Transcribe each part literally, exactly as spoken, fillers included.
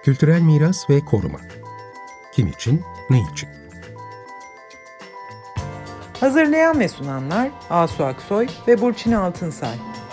Kültürel miras ve koruma. Kim için, ne için? Hazırlayan ve sunanlar Asu Aksoy ve Burçin Altınsay.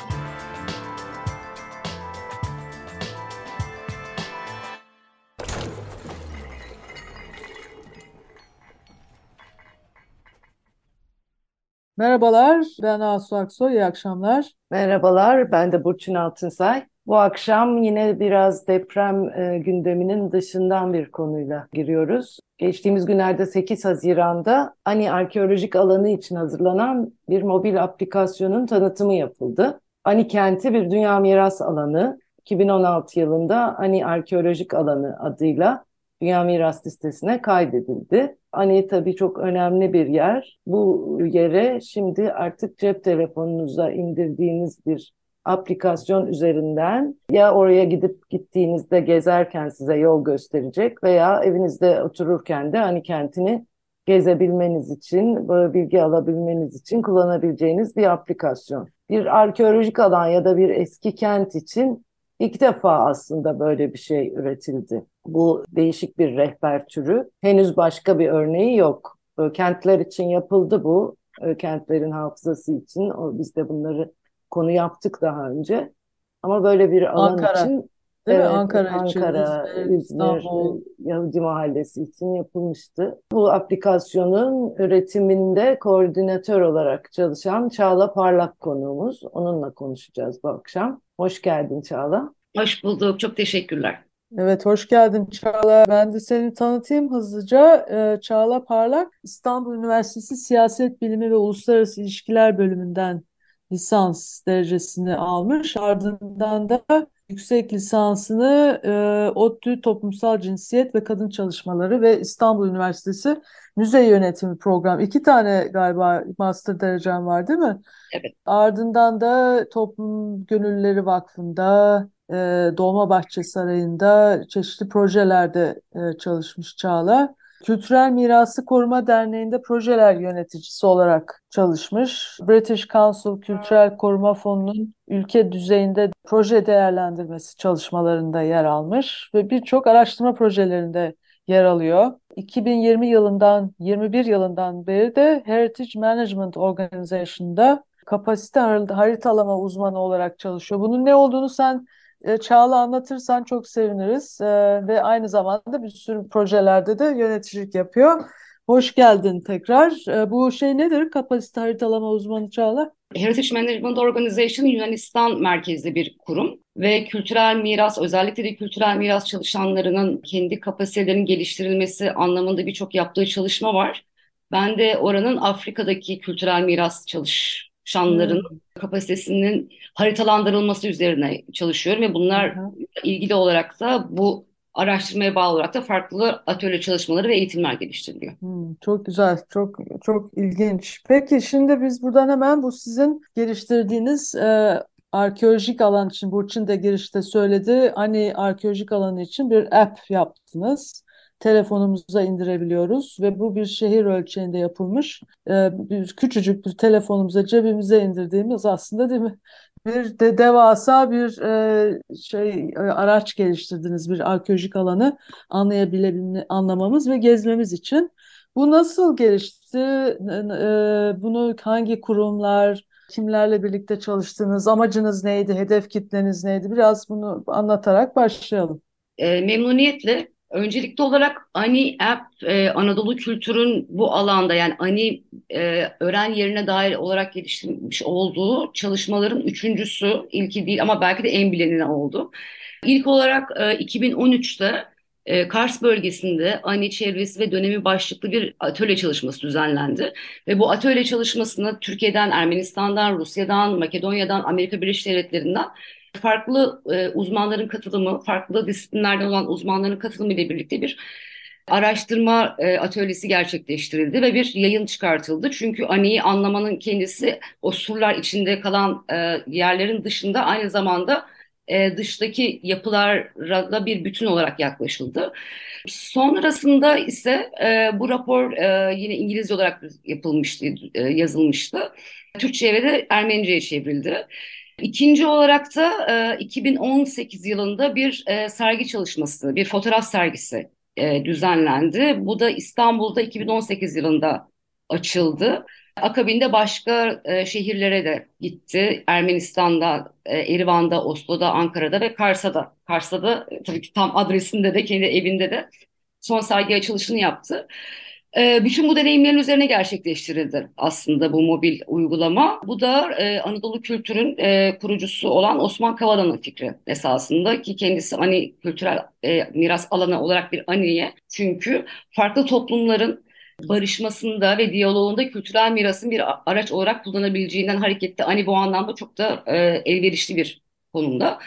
Merhabalar, ben Asu Aksoy, iyi akşamlar. Merhabalar, ben de Burçin Altınsay. Bu akşam yine biraz deprem e, gündeminin dışından bir konuyla giriyoruz. Geçtiğimiz günlerde sekiz Haziran'da Ani Arkeolojik Alanı için hazırlanan bir mobil aplikasyonun tanıtımı yapıldı. Ani Kenti bir Dünya Miras Alanı, iki bin on altı yılında Ani Arkeolojik Alanı adıyla Dünya Miras Listesi'ne kaydedildi. Ani tabii çok önemli bir yer. Bu yere şimdi artık cep telefonunuza indirdiğiniz bir aplikasyon üzerinden ya oraya gidip gittiğinizde gezerken size yol gösterecek veya evinizde otururken de Ani kentini gezebilmeniz için, böyle bilgi alabilmeniz için kullanabileceğiniz bir aplikasyon. Bir arkeolojik alan ya da bir eski kent için ilk defa aslında böyle bir şey üretildi. Bu değişik bir rehber türü. Henüz başka bir örneği yok. Böyle kentler için yapıldı bu. Ee, Kentlerin hafızası için. O, biz de bunları konu yaptık daha önce. Ama böyle bir alan Ankara, için değil mi? evet Ankara için, Ankara, İzmir, İzmir, İstanbul. e, Yahudi Mahallesi için yapılmıştı. Bu aplikasyonun üretiminde koordinatör olarak çalışan Çağla Parlak konuğumuz. Onunla konuşacağız bu akşam. Hoş geldin Çağla. Hoş bulduk. Çok teşekkürler. Evet, hoş geldin Çağla. Ben de seni tanıtayım hızlıca. Ee, Çağla Parlak, İstanbul Üniversitesi Siyaset Bilimi ve Uluslararası İlişkiler bölümünden lisans derecesini almış. Ardından da yüksek lisansını e, ODTÜ Toplumsal Cinsiyet ve Kadın Çalışmaları ve İstanbul Üniversitesi Müze Yönetimi Programı. İki tane galiba master derecen var, değil mi? Evet. Ardından da Toplum Gönüllüleri Vakfı'nda, e, Dolmabahçe Sarayı'nda çeşitli projelerde e, çalışmış Çağla. Kültürel Mirası Koruma Derneği'nde projeler yöneticisi olarak çalışmış. British Council Kültürel Koruma Fonu'nun ülke düzeyinde proje değerlendirmesi çalışmalarında yer almış ve birçok araştırma projelerinde yer alıyor. iki bin yirmi yılından yirmi bir yılından beri de Heritage Management Organization'da kapasite har- haritalama uzmanı olarak çalışıyor. Bunun ne olduğunu sen e, Çağla anlatırsan çok seviniriz. E, ve aynı zamanda bir sürü projelerde de yöneticilik yapıyor. Hoş geldin tekrar. E, bu şey nedir? Kapasite haritalama uzmanı Çağla? Heritage Management Organization Yunanistan merkezli bir kurum ve kültürel miras, özellikle de kültürel miras çalışanlarının kendi kapasitelerinin geliştirilmesi anlamında birçok yaptığı çalışma var. Ben de oranın Afrika'daki kültürel miras çalışanlarının Hmm. kapasitesinin haritalandırılması üzerine çalışıyorum ve bunlar Aha. ilgili olarak da bu araştırmaya bağlı olarak da farklı atölye çalışmaları ve eğitimler geliştiriliyor. Hmm, çok güzel, çok çok ilginç. Peki şimdi biz buradan hemen bu sizin geliştirdiğiniz e, arkeolojik alan için, Burçin de girişte söyledi, hani arkeolojik alanı için bir app yaptınız. Telefonumuza indirebiliyoruz ve bu bir şehir ölçeğinde yapılmış. E, bir küçücük bir telefonumuza cebimize indirdiğimiz aslında, değil mi? Bir de devasa bir e, şey e, araç geliştirdiniz, bir arkeolojik alanı anlayabilmemiz, anlamamız ve gezmemiz için. Bu nasıl gelişti? N- n- e, Bunu hangi kurumlar, kimlerle birlikte çalıştınız? Amacınız neydi? Hedef kitleniz neydi? Biraz bunu anlatarak başlayalım. E, memnuniyetle. Öncelikli olarak Ani App, e, Anadolu kültürün bu alanda yani Ani e, öğren yerine dair olarak geliştirmiş olduğu çalışmaların üçüncüsü, ilki değil ama belki de en bilineni oldu. İlk olarak e, iki bin on üçte e, Kars bölgesinde Ani çevresi ve dönemi başlıklı bir atölye çalışması düzenlendi. Ve bu atölye çalışmasını Türkiye'den, Ermenistan'dan, Rusya'dan, Makedonya'dan, Amerika Birleşik Devletleri'nden farklı e, uzmanların katılımı, farklı disiplinlerden olan uzmanların katılımı ile birlikte bir araştırma e, atölyesi gerçekleştirildi ve bir yayın çıkartıldı. Çünkü Ani'yi anlamanın kendisi o surlar içinde kalan e, yerlerin dışında aynı zamanda e, dıştaki yapılarla bir bütün olarak yaklaşıldı. Sonrasında ise e, bu rapor e, yine İngilizce olarak yapılmıştı, e, yazılmıştı. Türkçe'ye ve de Ermenice'ye çevrildi. İkinci olarak da e, iki bin on sekiz yılında bir e, sergi çalışması, bir fotoğraf sergisi e, düzenlendi. Bu da İstanbul'da iki bin on sekiz yılında açıldı. Akabinde başka e, şehirlere de gitti. Ermenistan'da, e, Erivan'da, Oslo'da, Ankara'da ve Kars'ta da. Kars'ta da e, tabii ki tam adresinde de kendi evinde de son sergi açılışını yaptı. E, bütün bu deneyimlerin üzerine gerçekleştirildi aslında bu mobil uygulama. Bu da e, Anadolu Kültür'ün e, kurucusu olan Osman Kavala'nın fikri esasında, ki kendisi Ani kültürel e, miras alanı olarak bir Ani'ye, çünkü farklı toplumların barışmasında ve diyaloğunda kültürel mirasın bir araç olarak kullanabileceğinden hareketle Ani bu anlamda çok da e, elverişli bir konumda.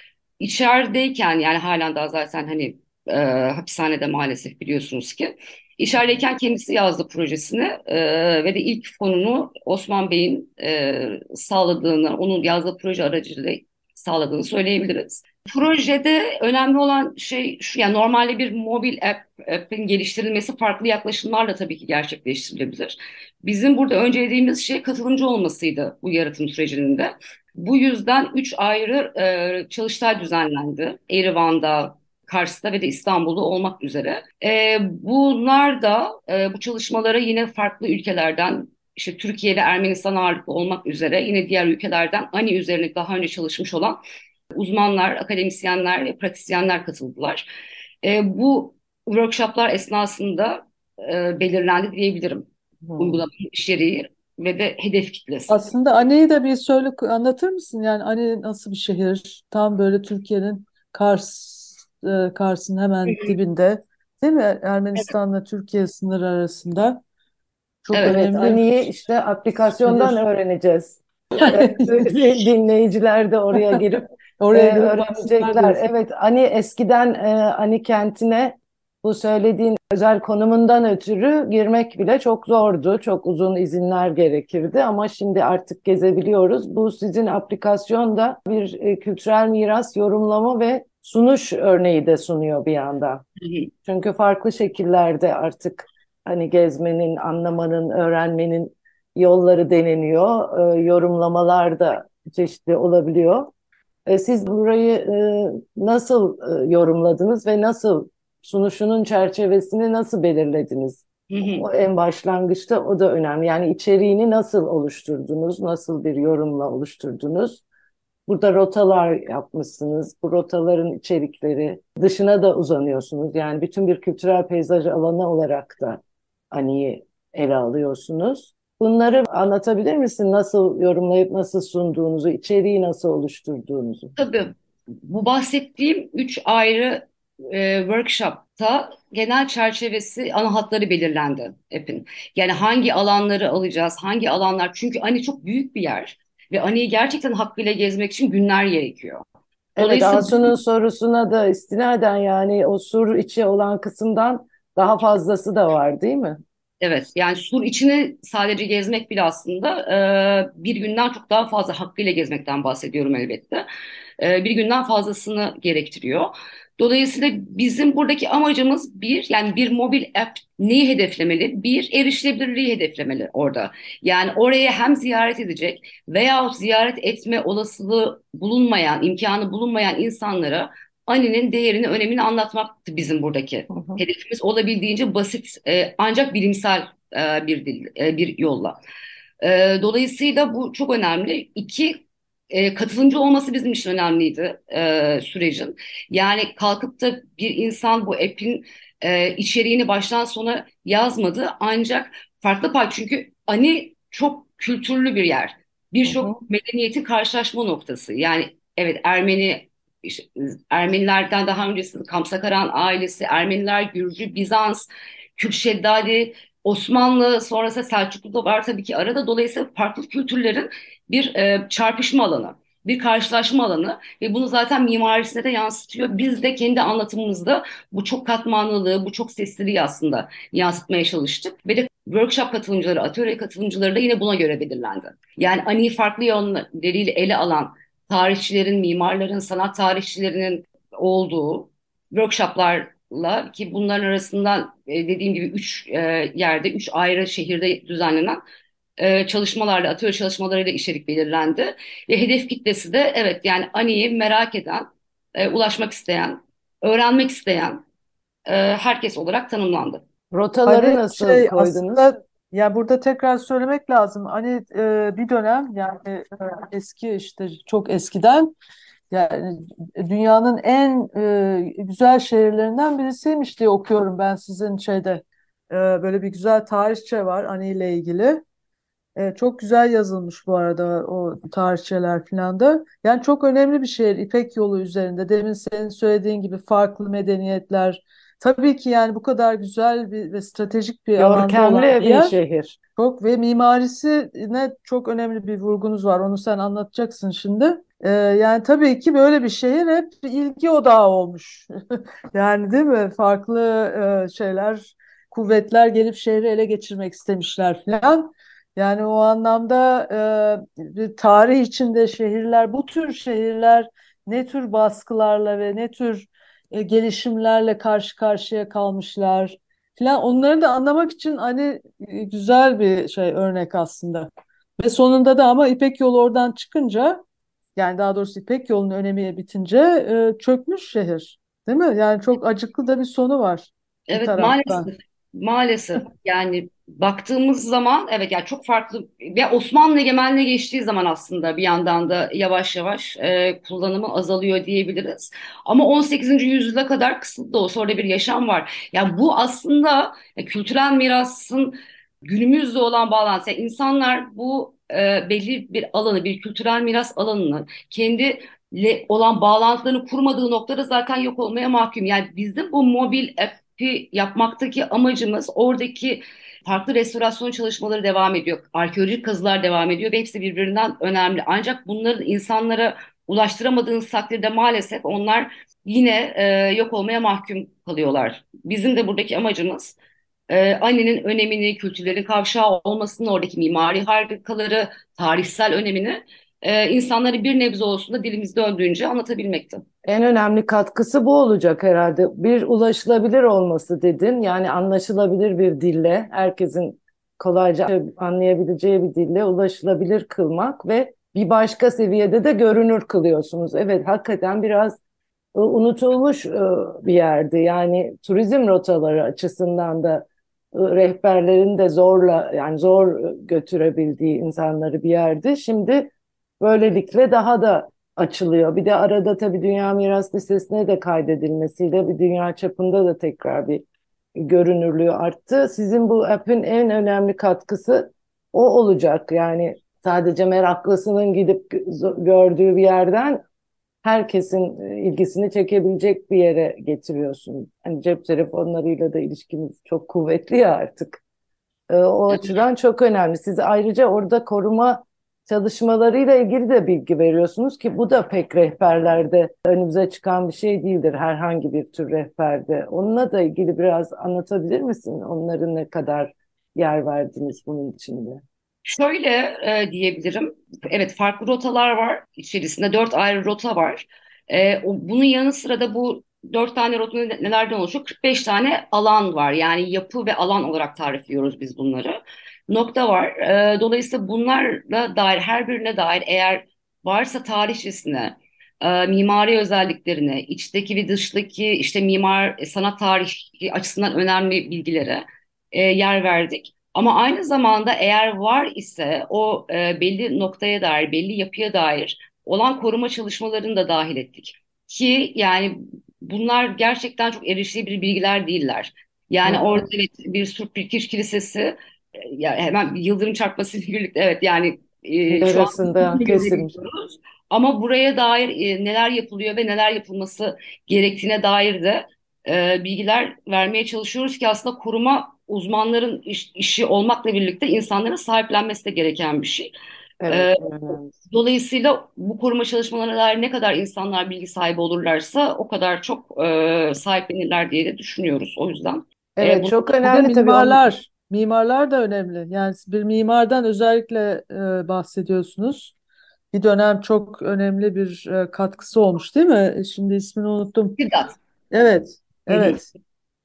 İçerideyken, yani halen daha zaten hani e, hapishanede maalesef, biliyorsunuz ki. İçerideyken kendisi yazdı projesini e, ve de ilk fonunu Osman Bey'in e, sağladığını, onun yazdığı proje aracılığıyla sağladığını söyleyebiliriz. Projede önemli olan şey şu, yani normalde bir mobil app, app'in geliştirilmesi farklı yaklaşımlarla tabii ki gerçekleştirilebilir. Bizim burada önceliğimiz şey katılımcı olmasıydı bu yaratım sürecinin de. Bu yüzden üç ayrı e, çalıştay düzenlendi. Erivan'da, Kars'ta ve de İstanbul'da olmak üzere. E, bunlar da e, bu çalışmalara yine farklı ülkelerden, işte Türkiye ve Ermenistan ağırlıklı olmak üzere, yine diğer ülkelerden Ani üzerine daha önce çalışmış olan uzmanlar, akademisyenler ve pratisyenler katıldılar. E, bu workshoplar esnasında e, belirlendi diyebilirim. Hmm. Uygulamanın içeriği ve de hedef kitlesi. Aslında Ani'yi de bir söyle anlatır mısın? Yani Ani nasıl bir şehir? Tam böyle Türkiye'nin Kars, e, Kars'ın hemen dibinde, değil mi? Ermenistan'la Türkiye sınırı arasında. Çok Evet. Evet, önemli Ani'yi bir işte aplikasyondan şehir. öğreneceğiz. Ee, Dinleyiciler de oraya girip Oraya e, girip baksınlar öğrenecekler. diyorsun. Evet, Ani eskiden e, Ani kentine bu söylediğin özel konumundan ötürü girmek bile çok zordu. Çok uzun izinler gerekirdi ama şimdi artık gezebiliyoruz. Bu sizin aplikasyonda bir e, kültürel miras yorumlama ve sunuş örneği de sunuyor bir yandan. Hı hı. Çünkü farklı şekillerde artık hani gezmenin, anlamanın, öğrenmenin yolları deneniyor. E, yorumlamalar da çeşitli olabiliyor. E, siz burayı e, nasıl e, yorumladınız ve nasıl sunuşunun çerçevesini nasıl belirlediniz? Hı hı. O en başlangıçta o da önemli. Yani içeriğini nasıl oluşturdunuz? Nasıl bir yorumla oluşturdunuz? Burada rotalar yapmışsınız. Bu rotaların içerikleri dışına da uzanıyorsunuz. Yani bütün bir kültürel peyzaj alanı olarak da hani ele alıyorsunuz. Bunları anlatabilir misin? Nasıl yorumlayıp nasıl sunduğunuzu, içeriği nasıl oluşturduğunuzu? Tabii bu bahsettiğim üç ayrı e, workshopta genel çerçevesi, ana hatları belirlendi app'in. Yani hangi alanları alacağız, hangi alanlar, çünkü Ani çok büyük bir yer ve Ani'yi gerçekten hakkıyla gezmek için günler gerekiyor. Evet, Dolayısıyla Asu'nun sorusuna da istinaden yani o sur içi olan kısımdan daha fazlası da var değil mi? evet, yani sur içini sadece gezmek bile aslında e, bir günden çok daha fazla, hakkıyla gezmekten bahsediyorum elbette. E, bir günden fazlasını gerektiriyor. Dolayısıyla bizim buradaki amacımız bir, yani bir mobil app neyi hedeflemeli? Bir, erişilebilirliği hedeflemeli orada. Yani oraya hem ziyaret edecek veyahut ziyaret etme olasılığı bulunmayan, imkanı bulunmayan insanlara Ani'nin değerini, önemini anlatmaktı bizim buradaki Hı hı. hedefimiz, olabildiğince basit e, ancak bilimsel e, bir dil, e, bir yolla. E, dolayısıyla bu çok önemli. İki, e, katılımcı olması bizim için önemliydi e, sürecin. Yani kalkıp da bir insan bu app'in e, içeriğini baştan sona yazmadı. Ancak farklı pay, çünkü Ani çok kültürlü bir yer. Hı hı. Birçok medeniyetin karşılaşma noktası. Yani evet, Ermeni, işte, Ermenilerden daha öncesinde Kamsakaran ailesi, Ermeniler, Gürcü, Bizans, Kürşeddadi, Osmanlı, sonrası Selçuklu da var tabii ki arada. Dolayısıyla farklı kültürlerin bir e, çarpışma alanı, bir karşılaşma alanı ve bunu zaten mimarisine de yansıtıyor. Biz de kendi anlatımımızda bu çok katmanlılığı, bu çok sesliliği aslında yansıtmaya çalıştık. Ve de workshop katılımcıları, atölye katılımcıları da yine buna göre belirlendi. Yani Ani'yi farklı yönleriyle ele alan tarihçilerin, mimarların, sanat tarihçilerinin olduğu workshoplarla, ki bunların arasından e, dediğim gibi üç e, yerde, üç ayrı şehirde düzenlenen e, çalışmalarla, atölye çalışmalarıyla içerik belirlendi. Ve hedef kitlesi de evet yani Ani'yi merak eden, e, ulaşmak isteyen, öğrenmek isteyen e, herkes olarak tanımlandı. Rotaları Hani nasıl şey koydunuz? aslında ya burada tekrar söylemek lazım. Hani e, bir dönem yani e, eski işte çok eskiden yani dünyanın en e, güzel şehirlerinden birisiymiş diye okuyorum ben sizin şeyde. E, böyle bir güzel tarihçe var Ani ile ilgili. E, çok güzel yazılmış bu arada o tarihçeler falan da. Yani çok önemli bir şehir İpek Yolu üzerinde. Demin senin söylediğin gibi farklı medeniyetler. Tabii ki yani bu kadar güzel bir ve stratejik bir alanda olan Görkemli bir bir yer. şehir. Çok ve mimarisine çok önemli bir vurgunuz var. Onu sen anlatacaksın şimdi. E, yani tabii ki böyle bir şehir hep ilgi odağı olmuş. Yani değil mi? Farklı e, şeyler, kuvvetler gelip şehri ele geçirmek istemişler falan. Yani o anlamda e, bir tarih içinde şehirler, bu tür şehirler ne tür baskılarla ve ne tür e, gelişimlerle karşı karşıya kalmışlar falan. Onları da anlamak için hani e, güzel bir şey örnek aslında. Ve sonunda da ama İpek Yolu oradan çıkınca yani daha doğrusu İpek Yolu'nun önemi bitince e, çökmüş şehir. Değil mi? Yani çok acıklı da bir sonu var bir Evet taraftan. maalesef maalesef yani baktığımız zaman evet yani çok farklı ve Osmanlı egemenliğe geçtiği zaman aslında bir yandan da yavaş yavaş e, kullanımı azalıyor diyebiliriz. Ama on sekizinci yüzyıla kadar kısıtlı da olsa orada bir yaşam var. Yani bu aslında e, kültürel mirasın günümüzle olan bağlantısı. Yani insanlar bu e, belli bir alanı, bir kültürel miras alanını kendi olan bağlantılarını kurmadığı noktada zaten yok olmaya mahkum. Yani bizim bu mobil app'i yapmaktaki amacımız oradaki farklı restorasyon çalışmaları devam ediyor. Arkeolojik kazılar devam ediyor ve hepsi birbirinden önemli. Ancak bunların insanlara ulaştıramadığınız takdirde maalesef onlar yine e, yok olmaya mahkum kalıyorlar. Bizim de buradaki amacımız e, Ani'nin önemini, kültürlerin kavşağı olmasını, oradaki mimari harikaları, tarihsel önemini e, insanları bir nebze olsun da dilimiz döndüğünce anlatabilmekti. En önemli katkısı bu olacak herhalde. Bir ulaşılabilir olması dedin. Yani anlaşılabilir bir dille, herkesin kolayca anlayabileceği bir dille ulaşılabilir kılmak ve bir başka seviyede de görünür kılıyorsunuz. Evet, hakikaten biraz e, unutulmuş e, bir yerdi. Yani turizm rotaları açısından da e, rehberlerin de zorla yani zor götürebildiği insanları bir yerdi. Şimdi böylelikle daha da açılıyor. Bir de arada tabii Dünya Miras Listesi'ne de kaydedilmesiyle bir dünya çapında da tekrar bir görünürlüğü arttı. Sizin bu app'in en önemli katkısı o olacak. Yani sadece meraklısının gidip gördüğü bir yerden herkesin e, ilgisini çekebilecek bir yere getiriyorsun. Hani cep telefonlarıyla da ilişkimiz çok kuvvetli ya artık. E, o açıdan çok önemli. Siz ayrıca orada koruma çalışmalarıyla ilgili de bilgi veriyorsunuz ki bu da pek rehberlerde önümüze çıkan bir şey değildir herhangi bir tür rehberde. Onunla da ilgili biraz anlatabilir misin? Onların ne kadar yer verdiniz bunun içinde? Şöyle e, diyebilirim. Evet farklı rotalar var. İçerisinde dört ayrı rota var. E, o- bunun yanı sıra da bu dört tane rota ne- nelerden oluşuyor? kırk beş tane alan var. Yani yapı ve alan olarak tarifliyoruz biz bunları. Nokta var. E, dolayısıyla bunlarla dair her birine dair eğer varsa tarihçesine, e, mimari özelliklerine, içteki ve dıştaki işte mimar e, sanat tarihi açısından önemli bilgilere e, yer verdik. Ama aynı zamanda eğer var ise o e, belli noktaya dair, belli yapıya dair olan koruma çalışmalarını da dahil ettik. Ki yani bunlar gerçekten çok erişilebilir bilgiler değiller. Hı Yani orada hı. evet bir Surp Bilkir Kilisesi e, ya hemen bir yıldırım çarpmasıyla birlikte evet yani e, şu an Arasında kesilmiş. görebiliyoruz. Ama buraya dair e, neler yapılıyor ve neler yapılması gerektiğine dair de e, bilgiler vermeye çalışıyoruz ki aslında koruma uzmanların iş- işi olmakla birlikte insanların sahiplenmesi de gereken bir şey. Evet, E, en önemlisi. dolayısıyla bu koruma çalışmalarına dair ne kadar insanlar bilgi sahibi olurlarsa o kadar çok e, sahiplenirler diye de düşünüyoruz. O yüzden e, Evet, bu çok Bir de önemli tabii onun. mimarlar, mimarlar da önemli. Yani bir mimardan özellikle e, bahsediyorsunuz. Bir dönem çok önemli bir e, katkısı olmuş değil mi? Şimdi ismini unuttum. Sedat. Evet, Hı hı. evet.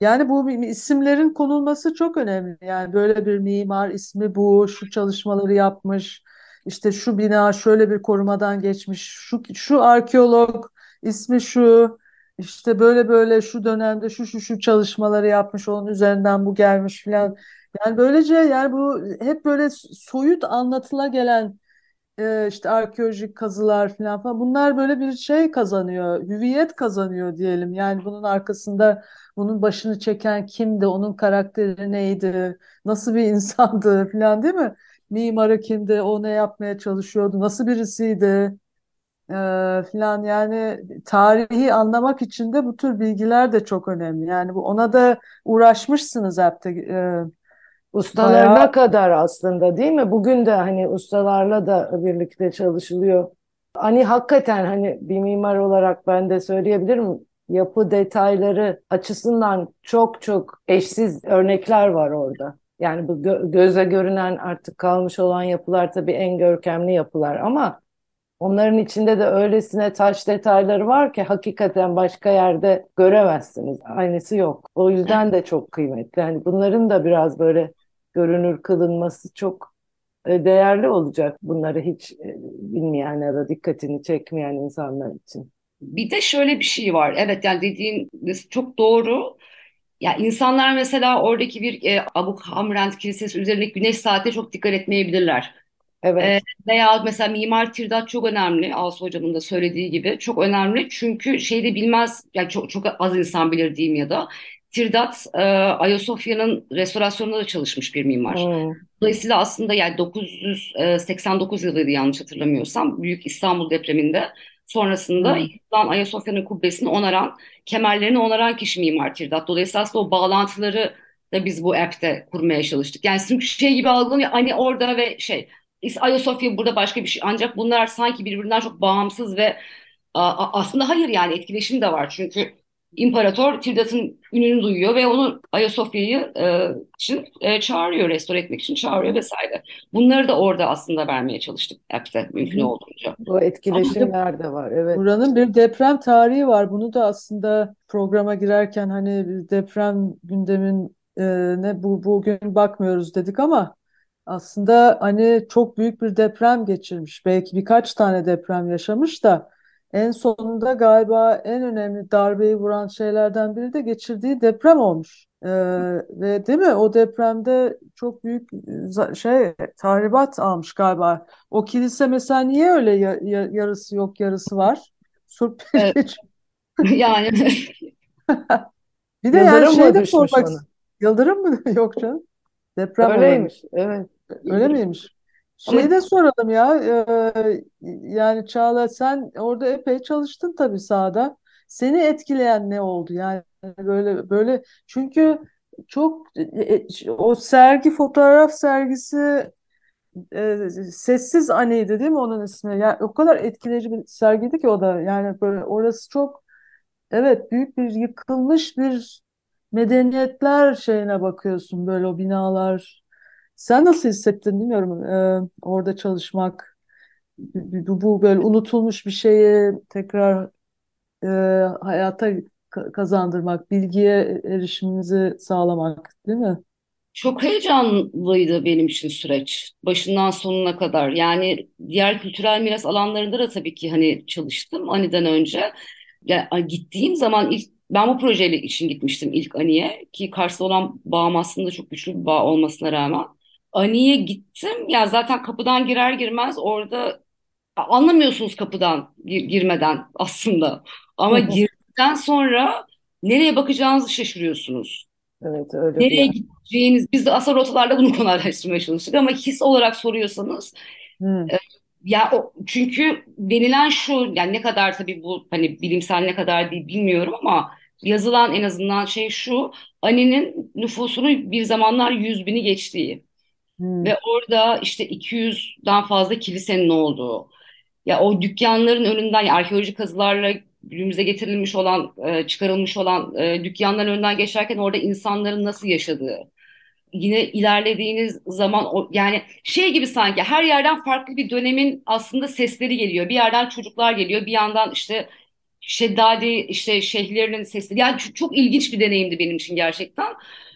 Yani bu mi- isimlerin konulması çok önemli. Yani böyle bir mimar ismi bu, şu çalışmaları yapmış, işte şu bina şöyle bir korumadan geçmiş, şu şu arkeolog ismi şu, işte böyle böyle şu dönemde şu şu şu çalışmaları yapmış, onun üzerinden bu gelmiş filan. Yani böylece yani bu hep böyle soyut anlatıla gelen e, işte arkeolojik kazılar falan falan bunlar böyle bir şey kazanıyor, hüviyet kazanıyor diyelim. Yani bunun arkasında bunun başını çeken kimdi, onun karakteri neydi, nasıl bir insandı falan değil mi? Mimarı kimdi, o ne yapmaya çalışıyordu, nasıl birisiydi e, falan yani tarihi anlamak için de bu tür bilgiler de çok önemli. Yani bu ona da uğraşmışsınız hep de e, bayağı. Ustalarına kadar aslında değil mi? Bugün de hani ustalarla da birlikte çalışılıyor. Hani hakikaten hani bir mimar olarak ben de söyleyebilirim. Yapı detayları açısından çok çok eşsiz örnekler var orada. Yani bu gö- göze görünen artık kalmış olan yapılar tabii en görkemli yapılar ama onların içinde de öylesine taş detayları var ki hakikaten başka yerde göremezsiniz. Aynısı yok. O yüzden de çok kıymetli. Yani bunların da biraz böyle görünür kılınması çok e, değerli olacak. Bunları hiç e, bilmeyen ya da dikkatini çekmeyen insanlar için. Bir de şöyle bir şey var. Evet, yani dediğiniz çok doğru. Ya insanlar mesela oradaki bir e, Abu Hamrend Kilisesi üzerindeki güneş saatine çok dikkat etmeyebilirler. E, Evet. veya mesela Mimar Tirdar çok önemli. Asu Hocam'ın da söylediği gibi çok önemli. Çünkü şeyi de bilmez, yani çok, çok az insan bilir diyeyim ya da. Tirdat e, Ayasofya'nın restorasyonunda da çalışmış bir mimar. Hmm. Dolayısıyla aslında yani dokuz yüz seksen dokuz yılıydı yanlış hatırlamıyorsam, Büyük İstanbul depreminde sonrasında Hmm. yıkılan Ayasofya'nın kubbesini onaran, kemerlerini onaran kişi Mimar Tirdat. Dolayısıyla aslında o bağlantıları da biz bu app'te kurmaya çalıştık. Yani çünkü şey gibi algılanıyor hani orada ve şey Ayasofya burada başka bir şey. Ancak bunlar sanki birbirinden çok bağımsız ve a- aslında hayır, yani etkileşim de var. Çünkü İmparator Tirdat'ın ününü duyuyor ve onu Ayasofya'yı e, için e, çağırıyor, restore etmek için çağırıyor vesaire. Bunları da orada aslında vermeye çalıştık app'te Hı mümkün hı. olduğunca. Bu Bir de etkileşimler de var. Evet. buranın bir deprem tarihi var. Bunu da aslında programa girerken hani bir deprem gündemin e, ne bu bugün bakmıyoruz dedik ama aslında hani çok büyük bir deprem geçirmiş. Belki birkaç tane deprem yaşamış da en sonunda galiba en önemli darbeyi vuran şeylerden biri de geçirdiği deprem olmuş. E, ve değil mi? O depremde çok büyük za- şey tahribat almış galiba. O kilise mesela niye öyle ya- ya- yarısı yok yarısı var? Surp Evet, yani Bir de yani Yıldırım şey mı de düşmüş sormak ona? Yıldırım mı? Yok canım. Deprem olabilir. Öyleymiş. Evet. Öyle Yıldırım. miymiş? Ama Şeyi de soralım ya. e, yani Çağla sen orada epey çalıştın tabii sahada. Seni etkileyen ne oldu? Yani böyle böyle çünkü çok e, e, o sergi fotoğraf sergisi e, SessizAni'ydi değil mi onun ismi? Yani o kadar etkileyici bir sergiydi ki o da. Yani böyle orası çok evet büyük bir yıkılmış bir medeniyetler şeyine bakıyorsun böyle o binalar. Sen nasıl hissettin bilmiyorum e, orada çalışmak. Bu, bu böyle unutulmuş bir şeyi tekrar e, hayata ka- kazandırmak, bilgiye erişimimizi sağlamak değil mi? çok heyecanlıydı benim için süreç. Başından sonuna kadar. Yani diğer kültürel miras alanlarında da tabii ki hani çalıştım Ani'den önce. Ya, gittiğim zaman ilk ben bu projeyle için gitmiştim ilk Ani'ye, ki Kars'ta olan bağım aslında çok güçlü bir bağ olmasına rağmen. Ani'ye gittim. Ya zaten kapıdan girer girmez orada anlamıyorsunuz kapıdan gir- girmeden aslında. Ama girdikten sonra nereye bakacağınızı şaşırıyorsunuz. Evet öyle bir Nereye yer. gideceğiniz, biz de asal rotalarla bunu kolaylaştırmaya çalıştık ama his olarak soruyorsanız Hmm. e, ya o, çünkü denilen şu, yani ne kadar tabii bu hani bilimsel ne kadar değil bilmiyorum ama yazılan en azından şey şu: Ani'nin nüfusunun bir zamanlar yüz bini geçtiği Hmm. ve orada işte iki yüzden fazla kilisenin olduğu, ya o dükkanların önünden, ya arkeolojik kazılarla günümüze getirilmiş olan, e, çıkarılmış olan e, dükkanların önünden geçerken orada insanların nasıl yaşadığı. Yine ilerlediğiniz zaman o, yani şey gibi sanki her yerden farklı bir dönemin aslında sesleri geliyor. Bir yerden çocuklar geliyor, bir yandan işte Şeddadi işte şeyhlerinin sesleri. Yani çok, çok ilginç bir deneyimdi benim için gerçekten.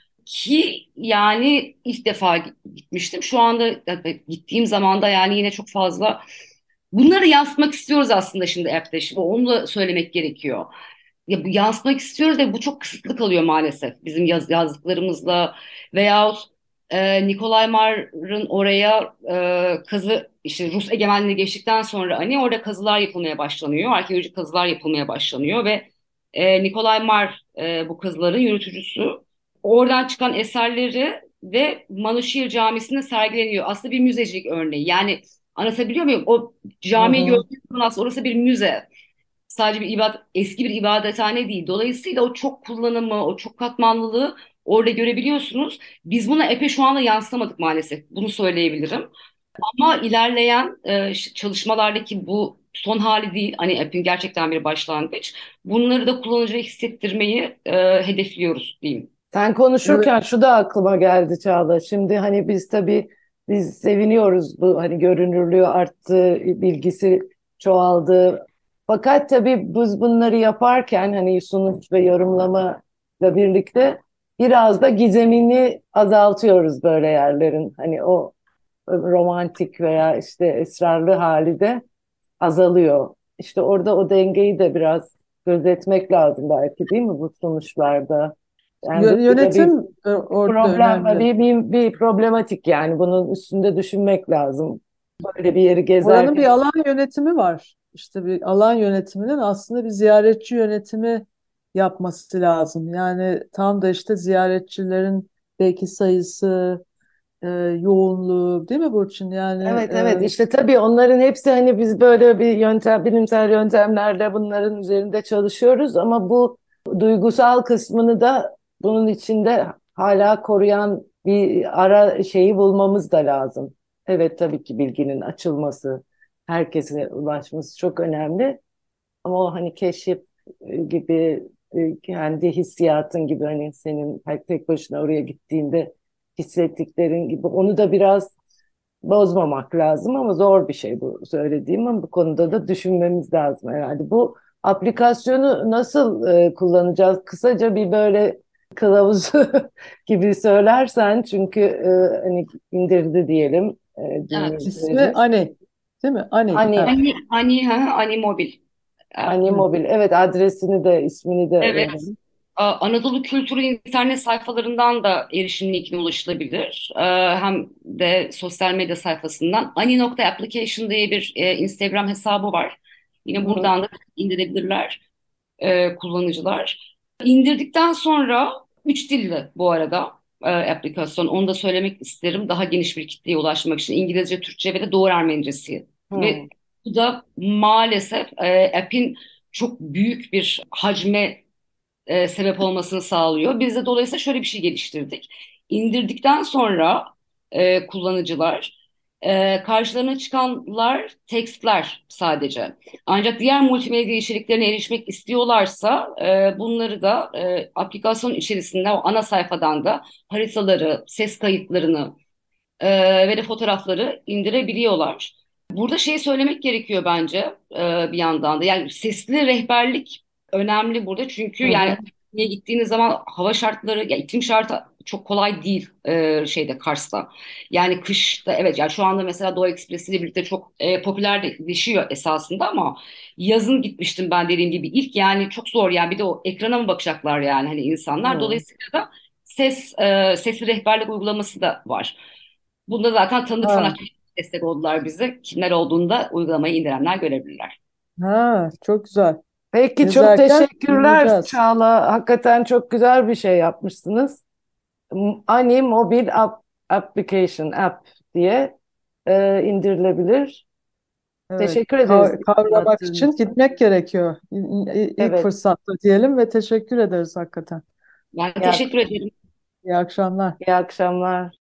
Ki yani ilk defa gitmiştim. Şu anda gittiğim zaman da yani yine çok fazla bunları yansıtmak istiyoruz aslında şimdi app'te. Şimdi onu da söylemek gerekiyor. Ya, bu yansıtmak istiyoruz ve bu çok kısıtlı kalıyor maalesef bizim yaz, yazdıklarımızla veyahut e, Nikolay Mar'ın oraya e, kazı işte Rus egemenliği geçtikten sonra hani orada kazılar yapılmaya başlanıyor. Arkeolojik kazılar yapılmaya başlanıyor ve e, Nikolay Mar e, bu kazıların yürütücüsü. Oradan çıkan eserleri ve Manuşehir Camisi'nde sergileniyor. Aslında bir müzecilik örneği. Yani anlatabiliyor muyum? O Hı camiyi hı. gördüğünüz zaman aslında orası bir müze. Sadece bir ibadet, eski bir ibadethane değil. Dolayısıyla o çok kullanımı, o çok katmanlılığı orada görebiliyorsunuz. Biz bunu epey şu anda yansıtamadık maalesef. Bunu söyleyebilirim. Ama ilerleyen e, çalışmalardaki bu son hali değil, hani app'in gerçekten bir başlangıç. Bunları da kullanıcıya hissettirmeyi e, hedefliyoruz diyeyim. Sen Evet. konuşurken şu da aklıma geldi Çağla. Şimdi hani biz tabii biz seviniyoruz, bu hani görünürlüğü arttı, bilgisi çoğaldı. Fakat tabii biz bunları yaparken hani sonuç ve yorumlamayla birlikte biraz da gizemini azaltıyoruz böyle yerlerin. Hani o romantik veya işte esrarlı hali de azalıyor. İşte orada o dengeyi de biraz gözetmek lazım belki, değil mi, bu sonuçlarda? Yani Yö- böyle bir Yönetim e, orada problem, önemli. bir, bir, bir problematik, yani bunun üstünde düşünmek lazım. Böyle bir yeri Oranın bir gezerken. alan yönetimi var. İşte bir alan yönetiminin aslında bir ziyaretçi yönetimi yapması lazım. Yani tam da işte ziyaretçilerin belki sayısı, e, yoğunluğu, değil mi Burçin? Yani Evet, e, evet, işte tabii onların hepsi, hani biz böyle bir yöntem, bilimsel yöntemlerle bunların üzerinde çalışıyoruz ama bu duygusal kısmını da bunun içinde hala koruyan bir ara şeyi bulmamız da lazım. Evet, tabii ki bilginin açılması, herkese ulaşması çok önemli ama o hani keşif e, gibi, e, kendi hissiyatın gibi, hani senin tek başına oraya gittiğinde hissettiklerin gibi, onu da biraz bozmamak lazım ama zor bir şey bu söylediğim, ama bu konuda da düşünmemiz lazım herhalde. Bu aplikasyonu nasıl e, kullanacağız? Kısaca bir böyle kılavuz gibi söylersen, çünkü e, hani indirdi diyelim e, Evet. ismi dinleyicilerimiz. Ani, değil mi? Ani Hani App. Ani, Ani, ha, Ani Mobil. hani Hı. mobil, evet, adresini de ismini de Evet. verelim. A- Anadolu Kültürü internet sayfalarından da erişim linkine ulaşılabilir. Ee, Hem de sosyal medya sayfasından ani nokta application diye bir e, Instagram hesabı var. Yine Hı hı. buradan da indirebilirler e, kullanıcılar. İndirdikten sonra üç dilli bu arada e, aplikasyon. Onu da söylemek isterim. Daha geniş bir kitleye ulaşmak için İngilizce, Türkçe ve de Doğu Ermenicesi. Ve Hı. bu da maalesef e, app'in çok büyük bir hacme e, sebep olmasını sağlıyor. Biz de dolayısıyla şöyle bir şey geliştirdik. İndirdikten sonra e, kullanıcılar e, karşılarına çıkanlar tekstler sadece. Ancak diğer multimedya içeriklerine erişmek istiyorlarsa e, bunları da e, aplikasyon içerisinde o ana sayfadan da haritaları, ses kayıtlarını e, ve de fotoğrafları indirebiliyorlar. Burada şeyi söylemek gerekiyor bence e, bir yandan da. Yani sesli rehberlik önemli burada. Çünkü Hı yani hı. niye gittiğiniz zaman hava şartları, ya iklim şartı çok kolay değil e, şeyde Kars'ta. Yani kışta evet, yani şu anda mesela Doğu Ekspresi ile birlikte çok e, popülerleşiyor esasında ama yazın gitmiştim ben dediğim gibi ilk, yani çok zor yani, bir de o ekrana mı bakacaklar yani hani insanlar. Hı. Dolayısıyla da ses e, sesli rehberlik uygulaması da var. Bunda zaten tanıdık Ha, sanatçılar destek oldular bize. Kimler olduğunu da uygulamayı indirenler görebilirler. ha, çok güzel. Peki, çok Yazarken teşekkürler dinleyeceğiz. Çağla. Hakikaten çok güzel bir şey yapmışsınız. Ani Mobil App, Application App diye e, indirilebilir. Evet, Teşekkür ederiz ka- kavramak anlattığın için için. gitmek gerekiyor. İ- i- İlk Evet, fırsatta diyelim ve teşekkür ederiz hakikaten. Ben iyi, ak- teşekkür ederim. İyi akşamlar. iyi akşamlar.